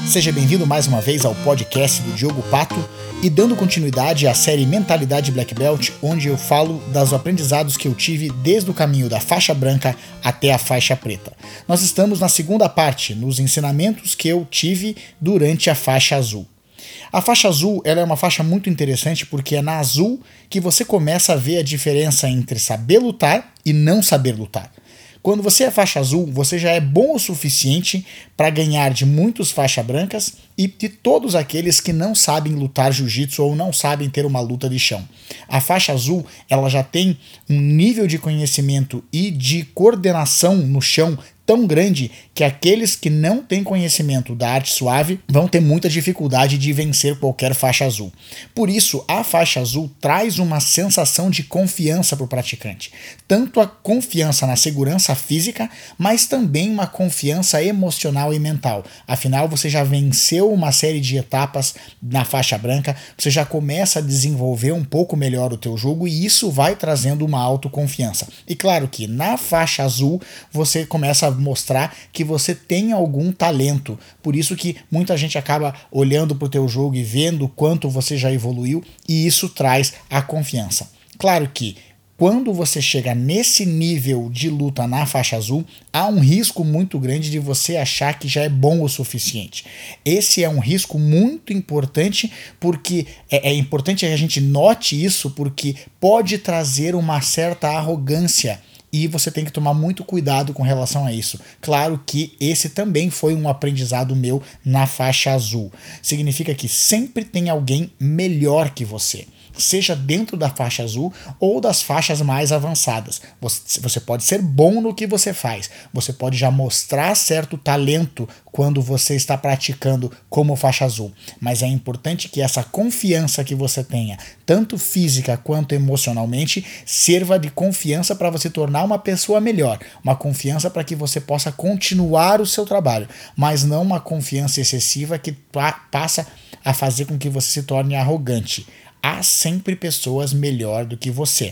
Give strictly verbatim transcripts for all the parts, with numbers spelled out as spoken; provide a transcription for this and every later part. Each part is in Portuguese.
Seja bem-vindo mais uma vez ao podcast do Diogo Pato e dando continuidade à série Mentalidade Black Belt, onde eu falo dos aprendizados que eu tive desde o caminho da faixa branca até a faixa preta. Nós estamos na segunda parte, nos ensinamentos que eu tive durante a faixa azul. A faixa azul ela é uma faixa muito interessante porque é na azul que você começa a ver a diferença entre saber lutar e não saber lutar. Quando você é faixa azul, você já é bom o suficiente para ganhar de muitos faixas brancas e de todos aqueles que não sabem lutar jiu-jitsu ou não sabem ter uma luta de chão. A faixa azul ela já tem um nível de conhecimento e de coordenação no chão tão grande que aqueles que não têm conhecimento da arte suave vão ter muita dificuldade de vencer qualquer faixa azul. Por isso, a faixa azul traz uma sensação de confiança para o praticante. Tanto a confiança na segurança física, mas também uma confiança emocional e mental. Afinal, você já venceu uma série de etapas na faixa branca, você já começa a desenvolver um pouco melhor o teu jogo e isso vai trazendo uma autoconfiança. E claro que na faixa azul você começa a mostrar que você tem algum talento, por isso que muita gente acaba olhando para o teu jogo e vendo quanto você já evoluiu e isso traz a confiança. Claro que quando você chega nesse nível de luta na faixa azul, há um risco muito grande de você achar que já é bom o suficiente. Esse é um risco muito importante porque é, é importante que a gente note isso porque pode trazer uma certa arrogância. E você tem que tomar muito cuidado com relação a isso. Claro que esse também foi um aprendizado meu na faixa azul. Significa que sempre tem alguém melhor que você. Seja dentro da faixa azul ou das faixas mais avançadas. Você, você pode ser bom no que você faz. Você pode já mostrar certo talento quando você está praticando como faixa azul. Mas é importante que essa confiança que você tenha, tanto física quanto emocionalmente, sirva de confiança para você tornar uma pessoa melhor. Uma confiança para que você possa continuar o seu trabalho. Mas não uma confiança excessiva que pa- passa a fazer com que você se torne arrogante. Há sempre pessoas melhor do que você.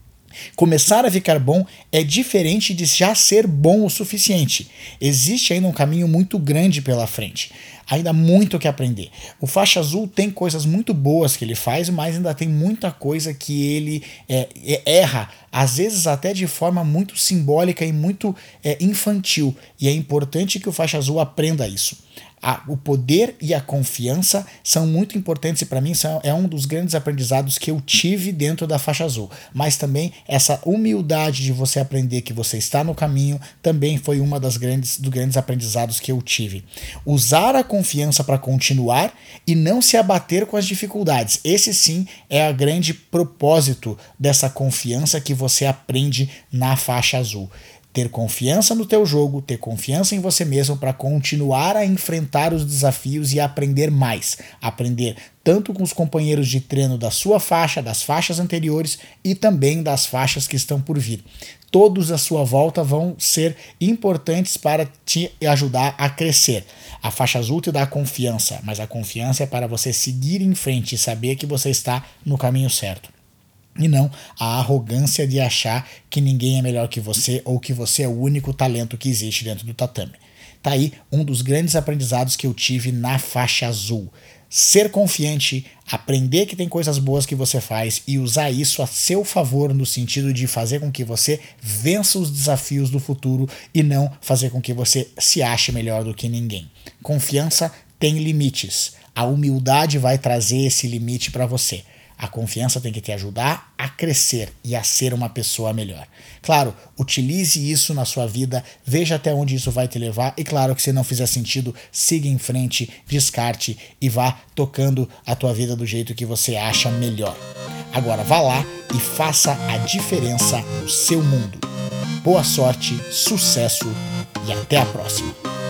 Começar a ficar bom é diferente de já ser bom o suficiente. Existe ainda um caminho muito grande pela frente. Ainda muito o que aprender. O faixa azul tem coisas muito boas que ele faz, mas ainda tem muita coisa que ele é, é, erra, às vezes até de forma muito simbólica e muito é, infantil. E é importante que o faixa azul aprenda isso. A, o poder e a confiança são muito importantes e para mim são, é um dos grandes aprendizados que eu tive dentro da faixa azul, mas também essa humildade de você aprender que você está no caminho também foi uma das grandes, dos grandes aprendizados que eu tive. Usar a confiança para continuar e não se abater com as dificuldades, esse sim é o grande propósito dessa confiança que você aprende na faixa azul. Ter confiança no teu jogo, ter confiança em você mesmo para continuar a enfrentar os desafios e aprender mais. Aprender tanto com os companheiros de treino da sua faixa, das faixas anteriores e também das faixas que estão por vir. Todos à sua volta vão ser importantes para te ajudar a crescer. A faixa azul te dá confiança, mas a confiança é para você seguir em frente e saber que você está no caminho certo. E não a arrogância de achar que ninguém é melhor que você ou que você é o único talento que existe dentro do tatame. Tá aí um dos grandes aprendizados que eu tive na faixa azul. Ser confiante, aprender que tem coisas boas que você faz e usar isso a seu favor no sentido de fazer com que você vença os desafios do futuro e não fazer com que você se ache melhor do que ninguém. Confiança tem limites. A humildade vai trazer esse limite para você. A confiança tem que te ajudar a crescer e a ser uma pessoa melhor. Claro, utilize isso na sua vida, veja até onde isso vai te levar e claro que se não fizer sentido, siga em frente, descarte e vá tocando a tua vida do jeito que você acha melhor. Agora vá lá e faça a diferença no seu mundo. Boa sorte, sucesso e até a próxima!